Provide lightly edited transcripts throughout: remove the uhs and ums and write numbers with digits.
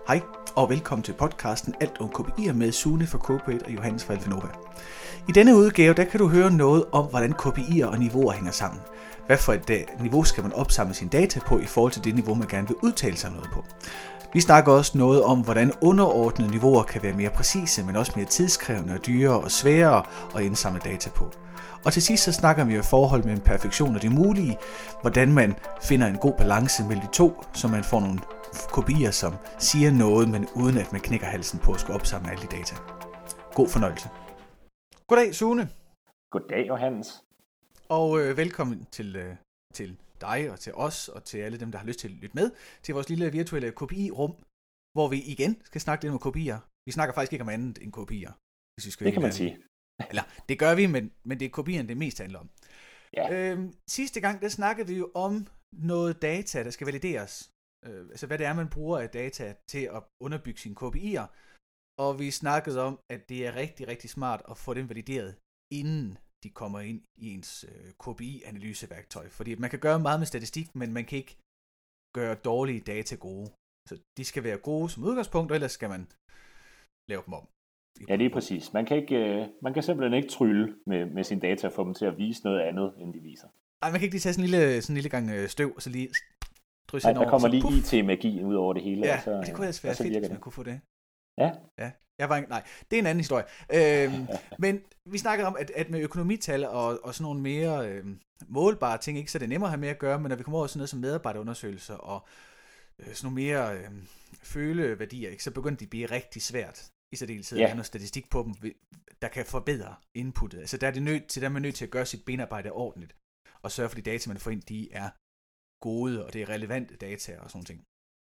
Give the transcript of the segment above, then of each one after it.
Hej og velkommen til podcasten Alt om KPI'er med Sune fra Corporate og Johannes fra Alfinova. I denne udgave der kan du høre noget om, hvordan KPI'er og niveauer hænger sammen. Hvad for et niveau skal man opsamle sine data på i forhold til det niveau, man gerne vil udtale sig noget på. Vi snakker også noget om, hvordan underordnede niveauer kan være mere præcise, men også mere tidskrævende og dyrere og sværere at indsamle data på. Og til sidst så snakker vi om forhold mellem perfektion og det mulige, hvordan man finder en god balance mellem de to, så man får nogle kopier, som siger noget, men uden at man knækker halsen på at skulle opsamle alle de data. God fornøjelse. Goddag, Sune. Goddag, Johannes. Og velkommen til dig og til os og til alle dem, der har lyst til at lytte med til vores lille virtuelle KPI-rum, hvor vi igen skal snakke lidt om kopier. Vi snakker faktisk ikke om andet end kopier. Det kan man sige. Eller, det gør vi, men det er kopierne, det mest handler om. Ja. Sidste gang, der snakkede vi jo om noget data, der skal valideres. Altså, hvad det er, man bruger af data til at underbygge sine KPI'er. Og vi snakkede om, at det er rigtig, rigtig smart at få dem valideret, inden de kommer ind i ens KPI-analyseværktøj. Fordi man kan gøre meget med statistik, men man kan ikke gøre dårlige data gode. Så de skal være gode som udgangspunkt, og ellers skal man lave dem om. Ja, det er præcis. Man kan simpelthen ikke trylle med sine data og få dem til at vise noget andet, end de viser. Nej, man kan ikke lige tage sådan en lille gang støv, og så lige drysse ind over. Der kommer lige IT-magi ud over det hele. Ja, og så, det kunne altså være fedt, hvis man kunne få det. Ja. Nej, det er en anden historie. Men vi snakkede om, at med økonomital og sådan nogle mere målbare ting, ikke, så er det nemmere at have med at gøre, men når vi kommer over sådan noget som medarbejderundersøgelser og sådan nogle mere føleværdier, ikke, så begynder de at blive rigtig svært. I særdeleshed noget statistik på dem, der kan forbedre inputtet. Altså der er man nødt til at gøre sit benarbejde ordentligt, og sørge for, at de data, man får ind, de er gode, og det er relevante data og sådan ting.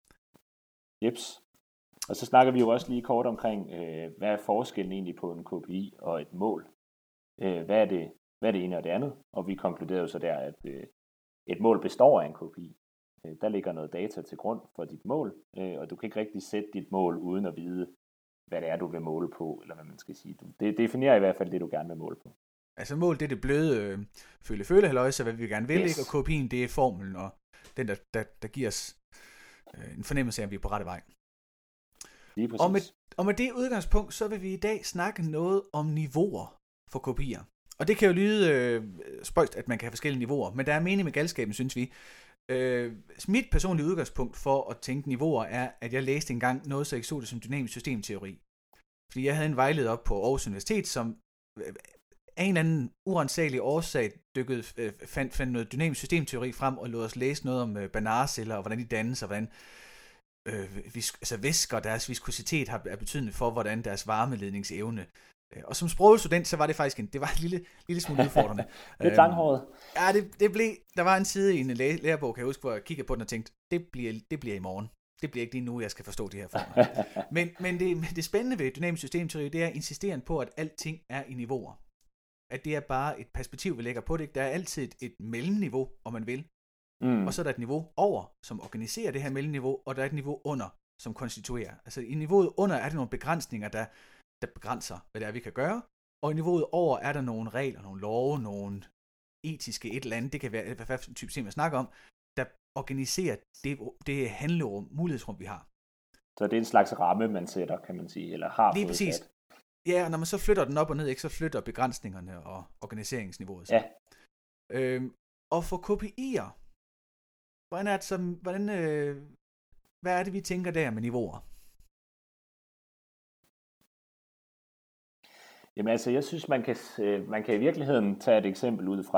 Jeps. Og så snakker vi jo også lige kort omkring, hvad er forskellen egentlig på en KPI og et mål? Hvad er det ene og det andet? Og vi konkluderede jo så der, at et mål består af en KPI. Der ligger noget data til grund for dit mål, og du kan ikke rigtig sætte dit mål uden at vide, hvad det er, du vil måle på, eller hvad man skal sige. Det definerer i hvert fald det, du gerne vil måle på. Altså mål, det er det bløde føle-halløjse, hvad vi gerne vil, yes. Ikke? Og KPI'en, det er formelen, og den, der giver os en fornemmelse af, at vi er på rette vej. Lige præcis. Og med det udgangspunkt, så vil vi i dag snakke noget om niveauer for kopier. Og det kan jo lyde spøjst, at man kan have forskellige niveauer, men der er mening med galskaben, synes vi. Mit personlige udgangspunkt for at tænke niveauer er, at jeg læste engang noget så eksotisk som dynamisk systemteori. Fordi jeg havde en vejleder op på Aarhus Universitet, som af en eller anden urensagelig årsag fandt noget dynamisk systemteori frem og lod os læse noget om banarceller og hvordan de dannes og hvordan væsker deres viskositet har betydning for, hvordan deres varmeledningsevne. Og som sprogstudent, så var det faktisk det var en lille smule udfordrende. Lidt langhåret. Ja, det blev, der var en side i en lærebog, kan jeg huske, hvor jeg kiggede på den og tænkte, det bliver i morgen. Det bliver ikke lige nu, jeg skal forstå de her former. men det spændende ved dynamisk systemteori, det er insisteren på, at alting er i niveauer. At det er bare et perspektiv, vi lægger på det. Der er altid et mellemniveau, om man vil. Og så er der et niveau over, som organiserer det her mellemniveau, og der er et niveau under, som konstituerer. Altså i niveauet under er der nogle begrænsninger, der begrænser, hvad det er, vi kan gøre. Og i niveauet over er der nogle regler, nogle love, nogle etiske et eller andet, det kan være, hvad for en type ting, man snakker om, der organiserer det handlerum, mulighedsrum, vi har. Så det er en slags ramme, man sætter, kan man sige, eller har fået præcis. Sat. Ja, og når man så flytter den op og ned, ikke, så flytter begrænsningerne og organiseringsniveauet. Ja. Og for KPI'er, hvad er det, vi tænker der med niveauer? Jamen altså, jeg synes, man kan i virkeligheden tage et eksempel ud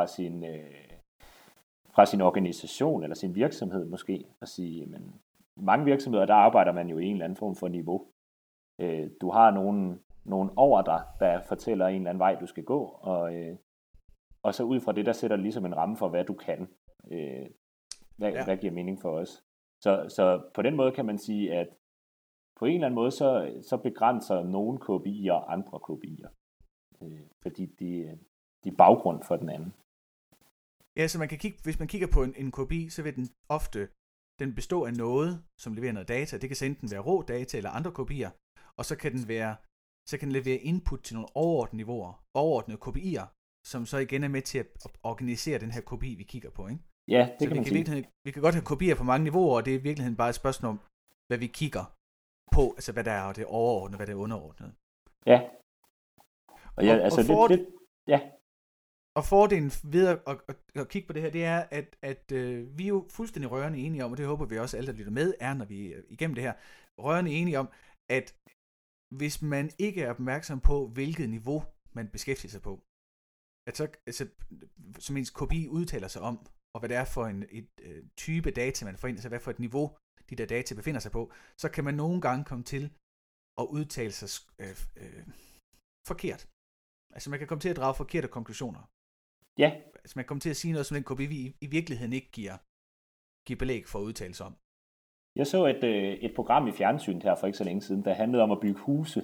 fra sin organisation eller sin virksomhed måske, og sige, men i mange virksomheder, der arbejder man jo i en eller anden form for niveau. Du har nogen over dig, der fortæller en eller anden vej, du skal gå, og så ud fra det, der sætter ligesom en ramme for, hvad du kan. Hvad giver mening for os? Så på den måde kan man sige, at på en eller anden måde, så begrænser nogle KPI'er andre KPI'er. Fordi de er baggrund for den anden. Ja, så hvis man kigger på en KPI, så vil den bestå af noget, som leverer noget data. Det kan så enten være rå data eller andre KPI'er, og så kan den levere input til nogle overordnede KPI'er, som så igen er med til at organisere den her KPI, vi kigger på, ikke? Ja, det kan man sige. Vi kan godt have kopier på mange niveauer, og det er i virkeligheden bare et spørgsmål om, hvad vi kigger på, altså hvad der er det overordnede, hvad der er underordnet. Ja. Og ja, altså ja. Og fordelen ved at kigge på det her, det er, at vi er jo fuldstændig rørende enige om, og det håber vi også alle, der lytter med, er, når vi er igennem det her, rørende enige om, at hvis man ikke er opmærksom på, hvilket niveau man beskæftiger sig på, at så, altså, som ens KPI udtaler sig om, og hvad det er for en type data, man får ind, altså hvad for et niveau de der data befinder sig på, så kan man nogle gange komme til at udtale sig forkert. Altså man kan komme til at drage forkerte konklusioner. Ja. Altså man kommer til at sige noget, som den KPI i virkeligheden ikke giver belæg for at udtale sig om. Jeg så et program i fjernsynet her for ikke så længe siden, der handlede om at bygge huse.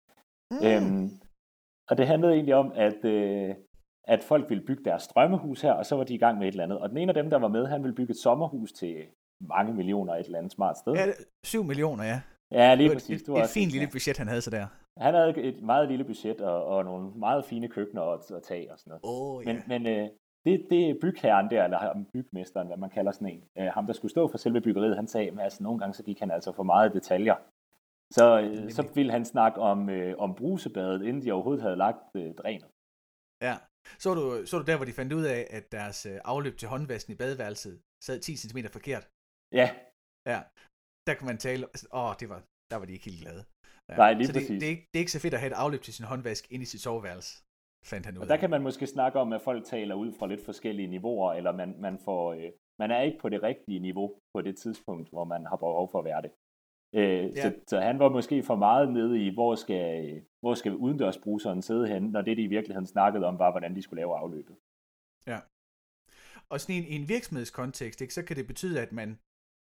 Og det handlede egentlig om, at folk ville bygge deres drømmehus her, og så var de i gang med et eller andet. Og den ene af dem, der var med, han ville bygge et sommerhus til mange millioner et eller andet smart sted. Ja, 7 millioner, ja. Ja, lige præcis. Det var et fint lille budget, han havde så der. Han havde et meget lille budget, og nogle meget fine køkkener og tag og sådan noget. Ja. Men det bygherren der, eller bygmesteren, hvad man kalder sådan en, ham der skulle stå for selve byggeriet, han sagde, at altså, nogle gange så gik han altså for meget detaljer. Så ville han snakke om brusebadet, inden de overhovedet havde lagt drænet. Ja. Så du der, hvor de fandt ud af, at deres afløb til håndvasken i badeværelset sad 10 cm forkert? Ja. Ja. Der kan man tale, der var de ikke helt glade. Ja. Nej, lige så præcis. Det er ikke så fedt at have et afløb til sin håndvask inde i sit soveværelse, fandt han ud af. Og der kan man måske snakke om, at folk taler ud fra lidt forskellige niveauer, eller man er ikke på det rigtige niveau på det tidspunkt, hvor man har behov for at være det. Så han var måske for meget nede i, hvor skal udendørsbruseren sidde henne, når det de i virkeligheden snakkede om, var, hvordan de skulle lave afløbet. Ja. Og sådan i en virksomhedskontekst, ikke, så kan det betyde, at man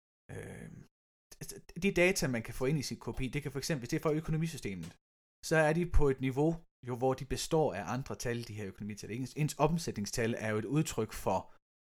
de data, man kan få ind i sit KPI, det kan for eksempel, hvis det er fra økonomisystemet, så er de på et niveau, jo, hvor de består af andre tal, de her økonomital. Ens omsætningstal er jo et udtryk for,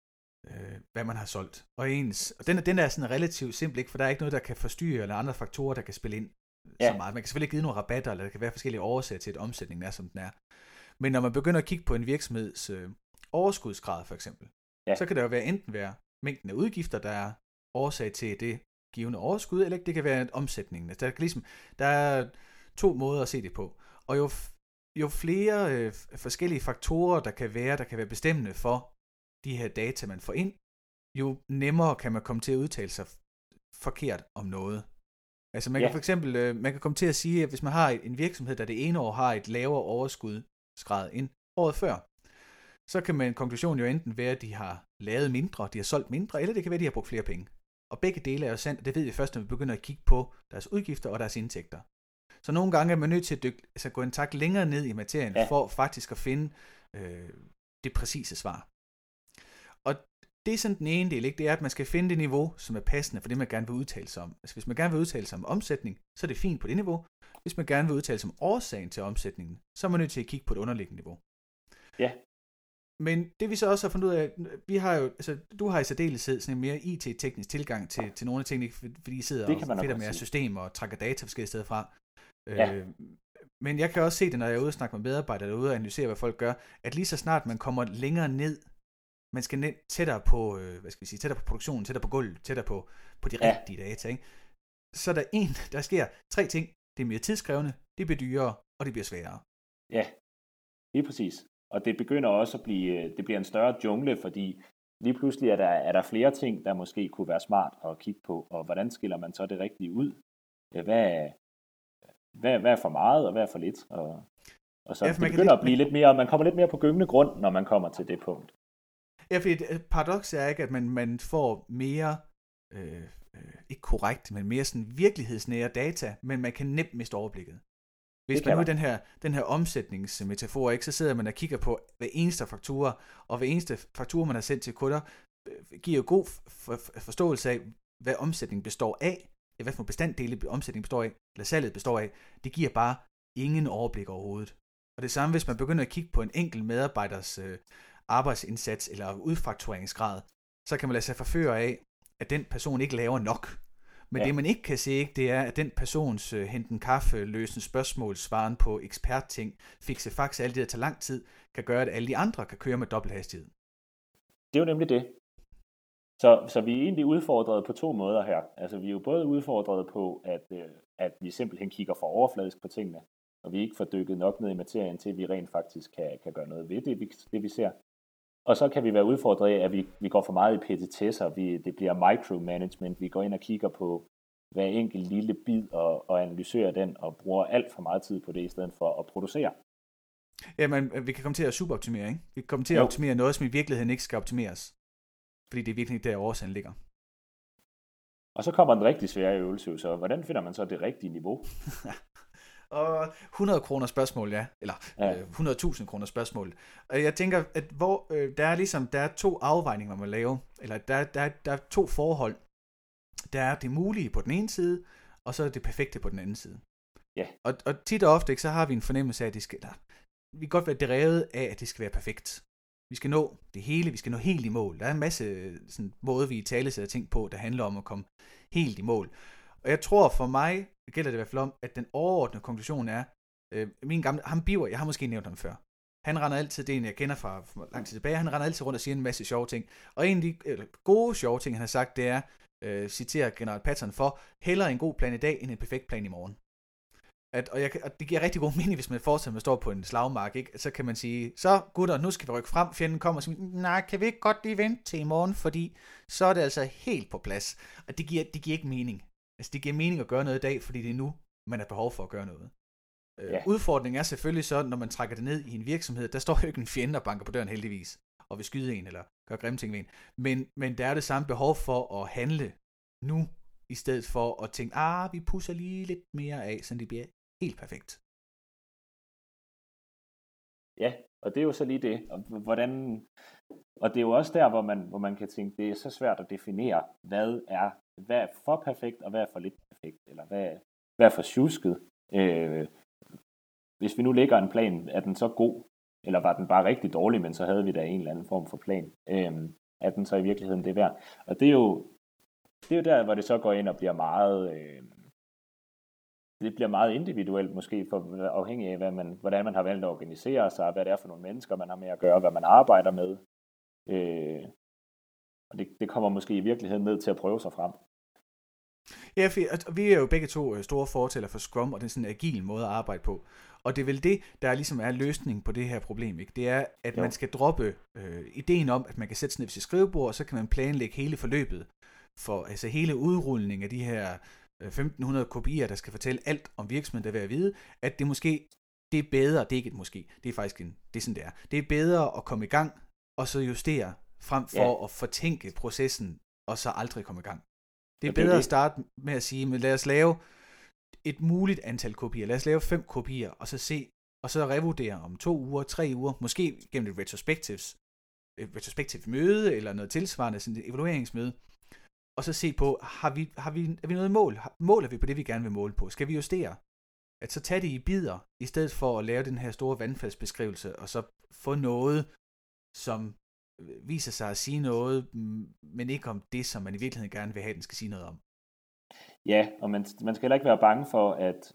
hvad man har solgt. Og den er sådan relativt simpel, ikke? For der er ikke noget, der kan forstyrre, eller andre faktorer, der kan spille ind så meget. Man kan selvfølgelig ikke give nogle rabatter, eller der kan være forskellige årsager til, at omsætningen er, som den er. Men når man begynder at kigge på en virksomheds overskudsgrad, for eksempel, så kan der jo enten være mængden af udgifter, der er årsag til det givende overskud, eller det kan være omsætningen. Der er 2 måder at se det på. Og jo flere forskellige faktorer, der kan være bestemmende for de her data, man får ind, jo nemmere kan man komme til at udtale sig forkert om noget. Altså man kan for eksempel, man kan komme til at sige, at hvis man har en virksomhed, der det ene år har et lavere overskudsgrad end året før, så kan man konklusionen jo enten være, at de har lavet mindre, de har solgt mindre, eller det kan være, at de har brugt flere penge. Og begge dele er jo sandt, og det ved vi først, når vi begynder at kigge på deres udgifter og deres indtægter. Så nogle gange er man nødt til at gå en tak længere ned i materien, for faktisk at finde det præcise svar. Og det er sådan den ene del, ikke? Det er, at man skal finde det niveau, som er passende for det, man gerne vil udtale sig om. Altså hvis man gerne vil udtale sig om omsætning, så er det fint på det niveau. Hvis man gerne vil udtale sig om årsagen til omsætningen, så er man nødt til at kigge på et underliggende niveau. Ja. Men det vi så også har fundet ud af, vi har jo, altså du har i særdeleshed sådan en mere IT-teknisk tilgang til nogle af tingene, fordi I sidder og fedter med systemer og trækker data forskellige steder fra. Ja. Men jeg kan også se det, når jeg er ude og snakke med medarbejdere derude og analysere, hvad folk gør, at lige så snart man kommer længere ned, man skal tættere på, tættere på produktionen, tættere på gulvet, tættere på de rigtige data, ikke? Så der sker 3 ting. Det er mere tidskrævende, det bliver dyrere, og det bliver sværere. Ja, lige præcis. Og det begynder også at det bliver en større jungle, fordi lige pludselig er der flere ting, der måske kunne være smart at kigge på, og hvordan skiller man så det rigtige ud? Hvad er for meget, og hvad er for lidt? Og så det begynder at blive lidt mere, man kommer lidt mere på gyngende grund, når man kommer til det punkt. Ja, fordi paradoks er ikke, at man får mere, ikke korrekt, men mere sådan virkelighedsnære data, men man kan nemt miste overblikket. Hvis man nu i den her omsætningsmetafor, ikke, så sidder man og kigger på hver eneste faktura, og hver eneste faktura, man har sendt til kunder, giver god forståelse af, hvad omsætningen består af, hvad for bestanddele omsætningen består af, eller salget består af. Det giver bare ingen overblik overhovedet. Og det samme, hvis man begynder at kigge på en enkelt medarbejders arbejdsindsats eller udfaktureringsgrad, så kan man lade sig forføre af, at den person ikke laver nok. Men det man ikke kan se, ikke, det er, at den persons henten kaffe, løsen spørgsmål, svaren på ekspertting, fikse fax, alt det, der tager lang tid, kan gøre, at alle de andre kan køre med dobbelt hastighed. Det er jo nemlig det. Så vi er egentlig udfordret på 2 måder her. Altså vi er jo både udfordret på, at vi vi simpelthen kigger for overfladisk på tingene, og vi ikke får dykket nok ned i materien, til vi rent faktisk kan gøre noget ved det, vi ser. Og så kan vi være udfordret af, at vi går for meget i petitesser, det bliver micromanagement, vi går ind og kigger på hver enkelt lille bid og analyserer den, og bruger alt for meget tid på det, i stedet for at producere. Jamen, vi kan komme til at superoptimere, ikke? Vi kan komme til at optimere noget, som i virkeligheden ikke skal optimeres. Fordi det er virkelig der årsagen ligger. Og så kommer den rigtig svære øvelse, så hvordan finder man så det rigtige niveau? Og 100 kroner spørgsmål, ja. Eller 100.000 kroner spørgsmål. Og jeg tænker, at der er to afvejninger, man må lave. Eller der er to forhold. Der er det mulige på den ene side, og så er det perfekte på den anden side. Ja. Og tit og ofte, ikke, så har vi en fornemmelse af, at vi kan godt være drevet af, at det skal være perfekt. Vi skal nå det hele, vi skal nå helt i mål. Der er en masse sådan, måde, vi i tale sætter ting på, der handler om at komme helt i mål. Og jeg tror for mig, gælder det i hvert fald om, at den overordnede konklusion er, min gamle, ham Biver, jeg har måske nævnt ham før. Han render altid, det er en, jeg kender fra lang tid tilbage, han render altid rundt og siger en masse sjove ting. Og en af de gode sjove ting, han har sagt, det er, citerer general Patton for, hellere en god plan i dag, end en perfekt plan i morgen. Og det giver rigtig god mening, hvis man fortsætter med at stå på en slagmark, ikke? Så kan man sige, så gutter, nu skal vi rykke frem, fjenden kommer og siger, nej, kan vi ikke godt lige vente til i morgen, fordi så er det altså helt på plads. Og det giver ikke mening. Altså det giver mening at gøre noget i dag, fordi det er nu, man har behov for at gøre noget. Udfordringen er selvfølgelig så, når man trækker det ned i en virksomhed, der står jo ikke en fjende og banker på døren heldigvis, og vil skyde en, eller gøre grimme ting ved en. Men der er det samme behov for at handle nu, i stedet for at tænke, vi pusser lige lidt mere af, så det bliver helt perfekt. Ja, og det er jo så lige det. Og det er jo også der, hvor man kan tænke, det er så svært at definere, hvad er for perfekt, og hvad er for lidt perfekt, eller hvad er for sjusket. Hvis vi nu lægger en plan, er den så god, eller var den bare rigtig dårlig, men så havde vi da en eller anden form for plan. Er den så i virkeligheden det værd? Og det er jo der, hvor det så går ind og bliver meget... Det bliver meget individuelt måske, for afhængig af, hvordan man har valgt at organisere sig, hvad det er for nogle mennesker, man har med at gøre, hvad man arbejder med. Og det kommer måske i virkeligheden ned til at prøve sig frem. Ja, vi er jo begge to store fortæller for Scrum, og det er sådan en agil måde at arbejde på. Og det er vel det, der ligesom er løsningen på det her problem, ikke? Det er, at man skal droppe ideen om, at man kan sætte sig ned ved sit skrivebord, og så kan man planlægge hele forløbet for altså hele udrulningen af de her 1500 kopier, der skal fortælle alt om virksomheden, der vil at vide, at det måske, det er bedre, det er ikke et måske, det er faktisk det er sådan det er. Det er bedre at komme i gang, og så justere, frem for at fortænke processen, og så aldrig komme i gang. Det er bedre at starte med at sige, men lad os lave et muligt antal kopier, lad os lave 5 kopier, og så se, og så revurdere om 2 uger, 3 uger, måske gennem et retrospektivt møde, eller noget tilsvarende, sådan et evalueringsmøde, og så se på, er vi noget mål? Måler vi på det, vi gerne vil måle på? Skal vi justere? At så tage det i bidder, i stedet for at lave den her store vandfaldsbeskrivelse, og så få noget, som viser sig at sige noget, men ikke om det, som man i virkeligheden gerne vil have, den skal sige noget om. Ja, og man skal heller ikke være bange for, at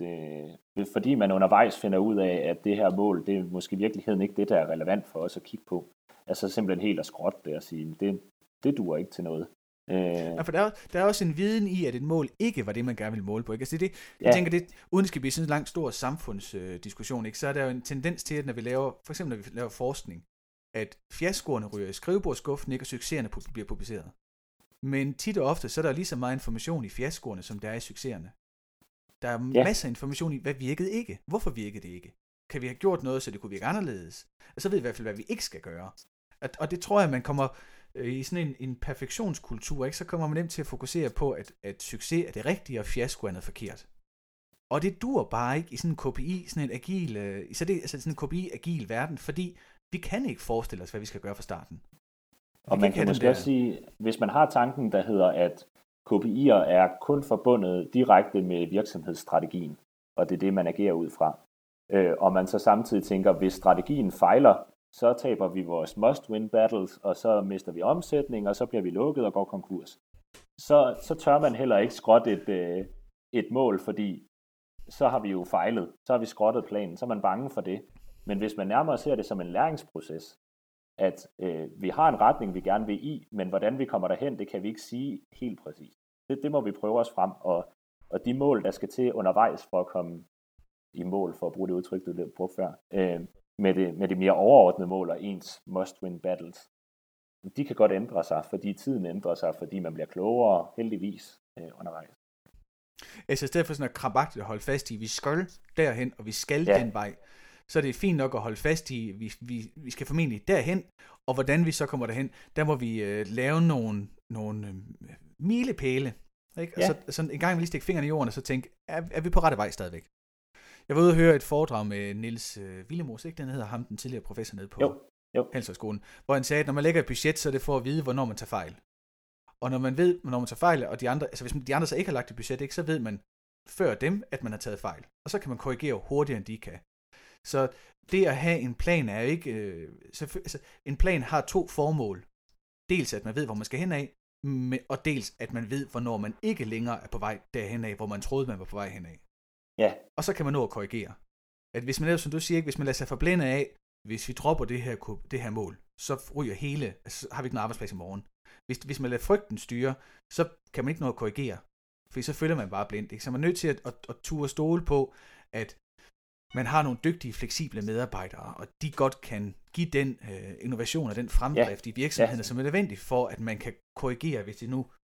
fordi man undervejs finder ud af, at det her mål, det er måske i virkeligheden ikke det, der er relevant for os at kigge på. Altså simpelthen helt at skrotte det og sige, det duer ikke til noget. Ja, for der er også en viden i, at et mål ikke var det, man gerne ville måle på. Ikke? Altså jeg tænker, uden det skal blive sådan en lang stor samfundsdiskussion, ikke? Så er der jo en tendens til, at når vi laver forskning, at fiaskoerne ryger i skrivebordsskuffen, ikke, og succeserne bliver publiceret. Men tit og ofte, så er der lige så meget information i fiaskoerne, som der er i succeserne. Der er masser af information i, hvad virkede ikke. Hvorfor virkede det ikke? Kan vi have gjort noget, så det kunne virke anderledes? Og så ved vi i hvert fald, hvad vi ikke skal gøre. Og det tror jeg, man kommer i sådan en perfektionskultur, ikke? Så kommer man nemt til at fokusere på, at succes er det rigtige, og fiasko er noget forkert. Og det dur bare ikke i sådan en KPI, sådan en agil, sådan en KPI-agil verden, fordi vi kan ikke forestille os, hvad vi skal gøre fra starten. Og man kan måske også sige, hvis man har tanken, der hedder, at KPI'er er kun forbundet direkte med virksomhedsstrategien, og det er det, man agerer ud fra, og man så samtidig tænker, hvis strategien fejler, så taber vi vores must-win battles, og så mister vi omsætning, og så bliver vi lukket og går konkurs. Så tør man heller ikke skrotte et mål, fordi så har vi jo fejlet, så har vi skrottet planen, så er man bange for det. Men hvis man nærmere ser det som en læringsproces, at vi har en retning, vi gerne vil i, men hvordan vi kommer derhen, det kan vi ikke sige helt præcis. Det må vi prøve os frem, Og de mål, der skal til undervejs for at komme i mål, for at bruge det udtryk, du brugte før, med det mere overordnede mål og ens must-win battles, de kan godt ændre sig, fordi tiden ændrer sig, fordi man bliver klogere, heldigvis, undervejs. Altså i stedet for sådan at krampagtigt at holde fast i, vi skal derhen, og vi skal den vej, så er det fint nok at holde fast i, vi skal formentlig derhen, og hvordan vi så kommer derhen, der må vi lave nogle milepæle, ikke? Ja. Og så en gang vi lige stikke fingrene i jorden, og så tænke, er vi på rette vej stadigvæk? Jeg var ude og høre et foredrag med Niels Willemoes, ikke? Den hedder ham, den tidligere professor nede på Handelshøjskolen, hvor han sagde, at når man lægger et budget, så er det for at vide, hvornår man tager fejl. Og når man ved, hvornår man tager fejl, og de andre, altså hvis de andre så ikke har lagt et budget, ikke, så ved man før dem, at man har taget fejl. Og så kan man korrigere hurtigere, end de kan. Så det at have en plan er jo ikke... altså, en plan har 2 formål. Dels at man ved, hvor man skal hen af, og dels at man ved, hvornår man ikke længere er på vej derhen af, hvor man troede, man var på vej hen af. Ja. Og så kan man nå at korrigere. At hvis man, som du siger, hvis man lader sig forblænde af, hvis vi dropper det her mål, så ryger hele, altså, så har vi ikke noget arbejdsplads i morgen. Hvis man lader frygten styre, så kan man ikke nå at korrigere. For så føler man bare blindt. Ikke? Så man er nødt til at ture stole på, at man har nogle dygtige, fleksible medarbejdere, og de godt kan give den innovation og den fremdrift i virksomheden, som er nødvendig for, at man kan korrigere, hvis det nu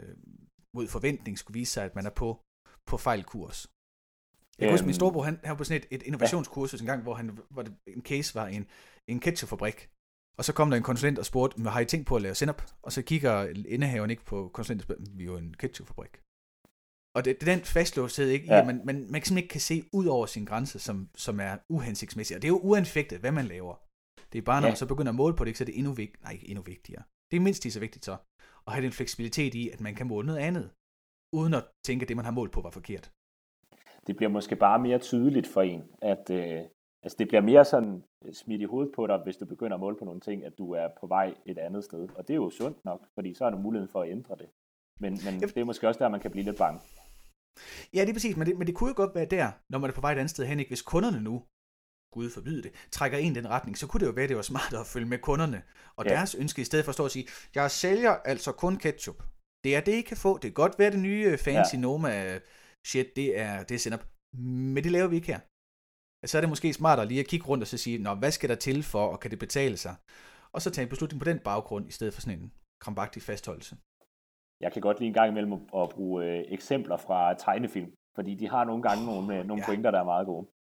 mod forventning skulle vise sig, at man er på fejl kurs. Jeg kan huske, min storebror, han var på sådan et innovationskursus en gang, hvor en case var en ketchupfabrik. Og så kom der en konsulent og spurgte, har I tænkt på at lave sennep? Og så kigger indehaveren ikke på konsulenten og spørger, vi er jo en ketchupfabrik. Og det er den fastlåshed, ikke? Ja. Man simpelthen ikke kan se ud over sine grænser, som er uhensigtsmæssige. Og det er jo uanfægtet, hvad man laver. Det er bare, når man så begynder at måle på det, så er det endnu vigtigere. Det er mindst lige så vigtigt så, at have den fleksibilitet i, at man kan måle noget andet, uden at tænke, at det, man har målt på, var forkert. Det bliver måske bare mere tydeligt for en, at altså det bliver mere sådan smidt i hovedet på dig, hvis du begynder at måle på nogle ting, at du er på vej et andet sted. Og det er jo sundt nok, fordi så er der muligheden for at ændre det. Men det er måske også der, man kan blive lidt bange. Ja, det er præcis, men det kunne jo godt være der, når man er på vej et andet sted hen, ikke? Hvis kunderne nu, Gud forbyde det, trækker en den retning, så kunne det jo være, det var smartere at følge med kunderne, og deres ønske i stedet for at stå og sige, jeg sælger altså kun ketchup. Det er det, I kan få. Det kan godt være det nye fancy Noma shit, det er sennep. Men det laver vi ikke her. Så er det måske smartere lige at kigge rundt og så sige, nå, hvad skal der til for, og kan det betale sig? Og så tage en beslutning på den baggrund, i stedet for sådan en krampagtig fastholdelse. Jeg kan godt lide en gang imellem at bruge eksempler fra tegnefilm, fordi de har nogle gange nogle pointer, der er meget gode.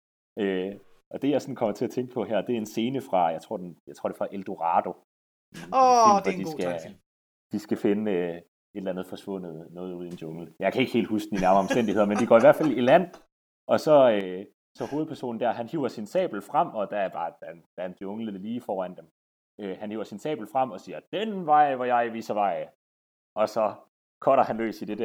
Og det, jeg sådan kommer til at tænke på her, det er en scene fra, jeg tror det er fra Eldorado. Det er en god tegnefilm. De skal finde et eller andet forsvundet noget ude i en jungle. Jeg kan ikke helt huske de nærmere omstændigheder, men de går i hvert fald i land, og så hovedpersonen der, han hiver sin sabel frem, og der er en jungle lige foran dem. Han hiver sin sabel frem og siger, den vej, hvor jeg viser vej. Og så cutter han løs i det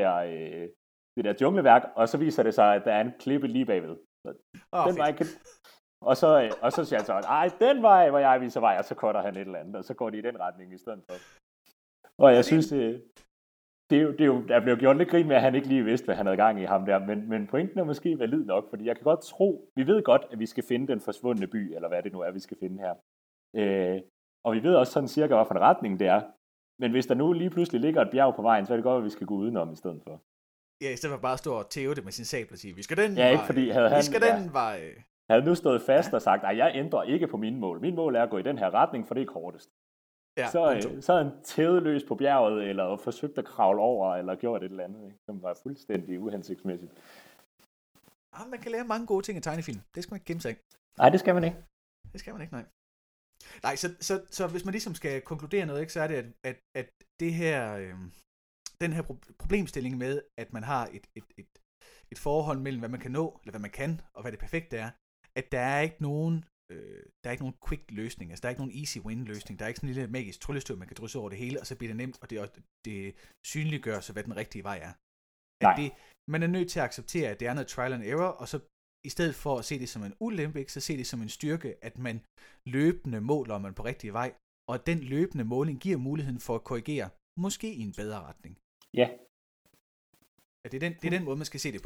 der jungleværk, og så viser det sig, at der er en klippe lige bagved. Den vej kan... Og så siger han så, ej, den vej, hvor jeg viser vej, og så cutter han et eller andet, og så går de i den retning i stedet for. Og jeg synes, der blev gjort lidt grin med, at han ikke lige vidste, hvad han havde gang i ham der, men pointen er måske valid nok, fordi jeg kan godt tro, vi ved godt, at vi skal finde den forsvundne by, eller hvad det nu er, vi skal finde her. Og vi ved også sådan cirka, hvad for en retning det er. Men hvis der nu lige pludselig ligger et bjerg på vejen, så er det godt, at vi skal gå udenom i stedet for. Ja, i stedet for bare at stå og tæve det med sin sabel og sige, vi skal den vej. Ikke fordi den vej. Havde nu stået fast og sagt, nej, jeg ændrer ikke på mine mål. Min mål er at gå i den her retning, for det er kortest. Ja, så er han tævet løs på bjerget, eller forsøgt at kravle over, eller gjort et eller andet, ikke? Som var fuldstændig uhensigtsmæssigt. Man kan lære mange gode ting i tegnefilm. Det skal man ikke gemme sig af. Nej, det skal man ikke. Det skal man ikke, nej. Nej, så hvis man ligesom skal konkludere noget, ikke, så er det, at det her, den her problemstilling med, at man har et forhold mellem, hvad man kan nå, eller hvad man kan, og hvad det perfekte er, at der er ikke nogen quick løsning, altså der er ikke nogen easy win løsning, der er ikke sådan en lille magisk tryllestyr, man kan drysse over det hele, og så bliver det nemt, og det synliggør så, hvad den rigtige vej er. Man er nødt til at acceptere, at det er noget trial and error, og så i stedet for at se det som en ulempe, så se det som en styrke, at man løbende måler, om man er på rigtig vej, og den løbende måling giver muligheden for at korrigere, måske i en bedre retning. Ja. Det er den måde, man skal se det på.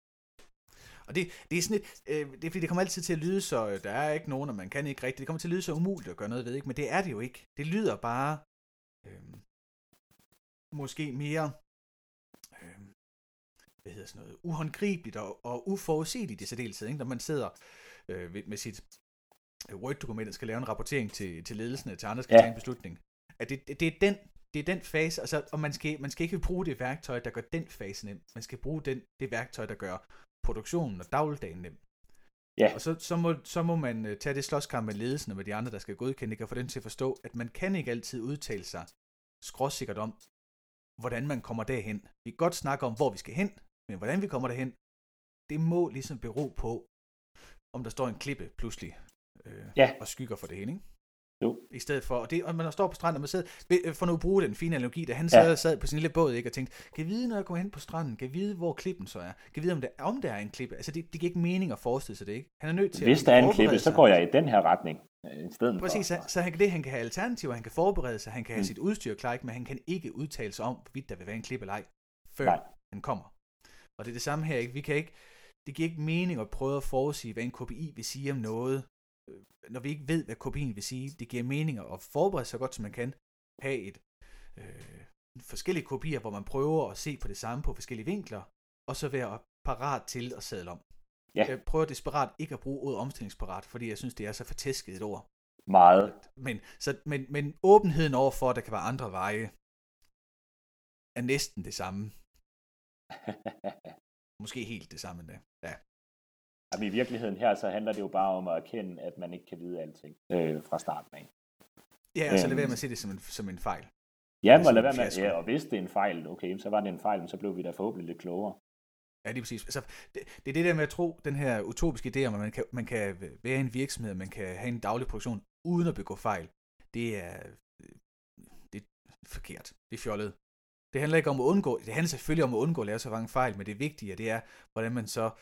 Og det er sådan det er fordi, det kommer altid til at lyde så, der er ikke nogen, og man kan ikke rigtigt, det kommer til at lyde så umuligt at gøre noget ved, ikke? Men det er det jo ikke. Det lyder bare måske mere uhåndgribeligt og uforudsigeligt i særdeleshed, ikke? Når man sidder med sit Word-dokument og skal lave en rapportering til ledelsen, til andre skal tage en beslutning. At det er den fase, altså, og man skal ikke bruge det værktøj, der gør den fase nem. Man skal bruge det værktøj, der gør produktionen og dagligdagen nem. Ja. Og så må man tage det slåskamp med ledelsen og med de andre, der skal godkende, og få den til at forstå, at man kan ikke altid udtale sig skråsikkert om, hvordan man kommer derhen. Vi kan godt snakke om, hvor vi skal hen, men hvordan vi kommer derhen, det må ligesom bero på, om der står en klippe pludselig og skygger for det hen, ikke? Jo. I stedet for, og man står på stranden, og man sidder, for nu at bruge den fine analogi, da han sad på sin lille båd, ikke, og tænkte, kan jeg vide, når jeg kommer hen på stranden, kan jeg vide, hvor klippen så er, kan jeg vide, om der er en klippe, altså det giver ikke mening at forestille sig det, ikke? Han er nødt til hvis der er en klippe, så går jeg i den her retning, i stedet præcis, for. Så han kan have alternativer, han kan forberede sig, han kan have sit udstyr klar, men han kan ikke udtale sig om, hvorvidt der vil være en klippe eller ej, før han kommer. Og det er det samme her, ikke? Det giver ikke mening at prøve at forudsige, hvad en KPI vil sige om noget, når vi ikke ved, hvad KPI'en vil sige. Det giver mening at forberede sig så godt, som man kan. Have forskellige kopier, hvor man prøver at se på det samme på forskellige vinkler, og så være parat til at sadle om. Ja. Jeg prøver desperat ikke at bruge ordet omstillingsparat, fordi jeg synes, det er så fortæsket et ord. Meget. Men åbenheden overfor, at der kan være andre veje, er næsten det samme. Måske helt det samme endda. Ja. Jamen, i virkeligheden her, så handler det jo bare om at erkende, at man ikke kan vide alting fra starten af. Ja, og så lad være med at se det som en fejl. Ja, og lad være med, og hvis det er en fejl, okay, så var det en fejl, men så blev vi da forhåbentlig lidt klogere. Ja, lige præcis. Altså, det er det der med at tro, den her utopiske idé om, at man kan være en virksomhed, man kan have en daglig produktion uden at begå fejl. Det er forkert. Det er fjollet. Det handler ikke om at undgå, det handler selvfølgelig om at undgå at lave så mange fejl, men det vigtige, det er, hvordan man så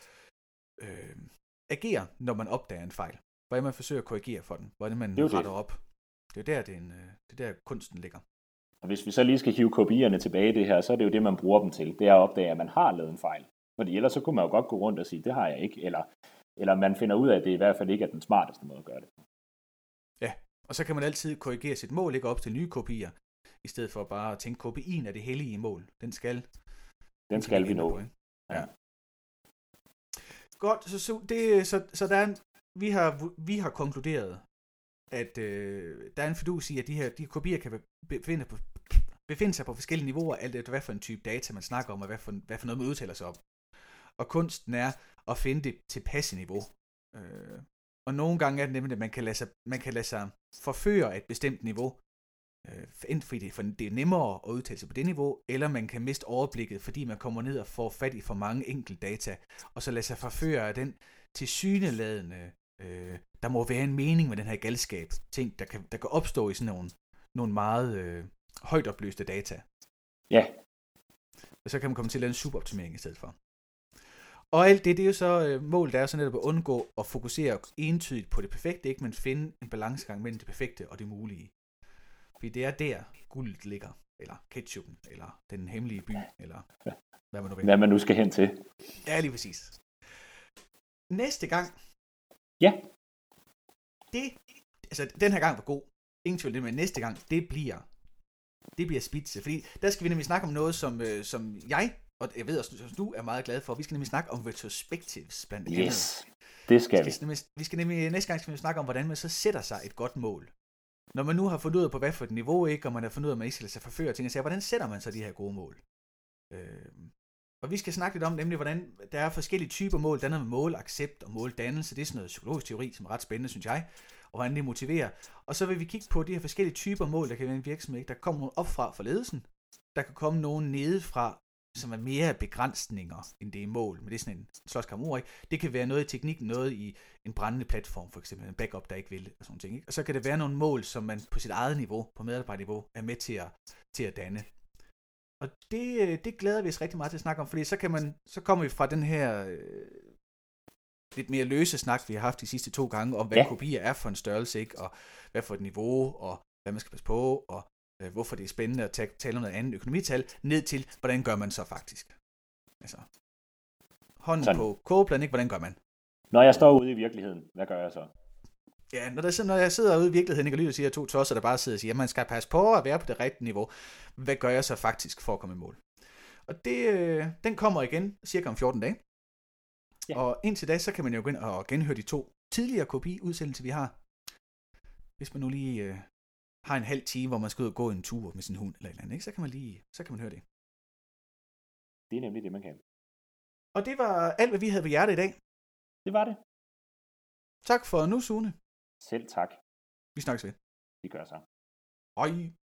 agerer, når man opdager en fejl. Hvordan man forsøger at korrigere for den. Hvordan man retter op. Det er der kunsten ligger. Og hvis vi så lige skal hive kopierne tilbage i det her, så er det jo det, man bruger dem til. Det er at opdage, at man har lavet en fejl. Fordi ellers så kunne man jo godt gå rundt og sige, det har jeg ikke. Eller man finder ud af, at det i hvert fald ikke er den smarteste måde at gøre det. Ja, og så kan man altid korrigere sit mål, ikke op til nye kopier, i stedet for bare at tænke, KPI'en er det hellige mål. Den skal vi nå. Ja. Godt, så der er vi har konkluderet, at der er en fidus i, at de kopier kan befinde sig på forskellige niveauer, alt efter hvad for en type data man snakker om, og hvad for noget man udtaler sig om. Og kunsten er at finde det tilpasse niveau. Og nogle gange er det nemlig, at man kan lade sig forføre af et bestemt niveau, enten fordi det er nemmere at udtale sig på det niveau, eller man kan miste overblikket, fordi man kommer ned og får fat i for mange enkelte data, og så lade sig forføre af den tilsyneladende, der må være en mening med den her galskab, ting, der kan opstå i sådan nogle meget højt opløste data. Ja. Og så kan man komme til at lave en suboptimering i stedet for. Og alt det er jo så målet, der er så netop at undgå at fokusere entydigt på det perfekte, ikke, men finde en balancegang mellem det perfekte og det mulige. Fordi det er der guldet ligger, eller ketchupen, eller den hemmelige by, eller hvad man nu vil. Hvad man nu skal hen til. Ja, lige præcis. Næste gang. Ja. Den her gang var god. Ingen tvivl, men næste gang, det bliver spidse. Fordi der skal vi nemlig snakke om noget, som jeg, og jeg ved også, at du er meget glad for. Vi skal nemlig snakke om retrospectives blandt andet. Yes, det skal vi. Vi skal nemlig, næste gang skal vi snakke om, hvordan man så sætter sig et godt mål. Når man nu har fundet ud af på hvad for et niveau, ikke, og man har fundet ud af, at man ikke skal lade sig forføre ting, og siger, hvordan sætter man så de her gode mål? Og vi skal snakke lidt om, nemlig hvordan der er forskellige typer mål, der er noget med målaccept og måldannelse, det er sådan noget psykologisk teori, som er ret spændende, synes jeg, og hvordan det motiverer. Og så vil vi kigge på de her forskellige typer mål, der kan være en virksomhed, der kommer nogle op fra ledelsen, der kan komme nogen nedefra, som er mere begrænsninger, end det er mål, men det er sådan en slåskamp ord, ikke? Det kan være noget i teknikken, noget i en brændende platform, for eksempel en backup, der ikke vil, og sådan ting, ikke? Og så kan det være nogle mål, som man på sit eget niveau, på medarbejderniveau, er med til at danne. Og det glæder vi os rigtig meget til at snakke om, fordi så kommer vi fra den her lidt mere løse snak, vi har haft de sidste 2 gange, om hvad kopier er for en størrelse, ikke? Og hvad for et niveau, og hvad man skal passe på, og hvorfor det er spændende at tale om noget andet økonomital, ned til, hvordan gør man så faktisk? Altså, hånden sådan på kogepladen, ikke? Hvordan gør man? Når jeg står ude i virkeligheden, hvad gør jeg så? Ja, når jeg sidder ude i virkeligheden, ikke, og lytter og siger 2 tosser, der bare sidder og siger, at man skal passe på at være på det rigtige niveau. Hvad gør jeg så faktisk for at komme i mål? Og den kommer igen cirka om 14 dage. Ja. Og indtil da, så kan man jo gå ind og genhøre de 2 tidligere KPI-udsendelser, vi har. Hvis man nu lige har en halv time, hvor man skal ud og gå en tur med sin hund eller et eller andet, ikke? Så kan man høre det. Det er nemlig det, man kan. Og det var alt, hvad vi havde på hjertet i dag. Det var det. Tak for nu, Sune. Selv tak. Vi snakkes ved. Vi gør så. Hej.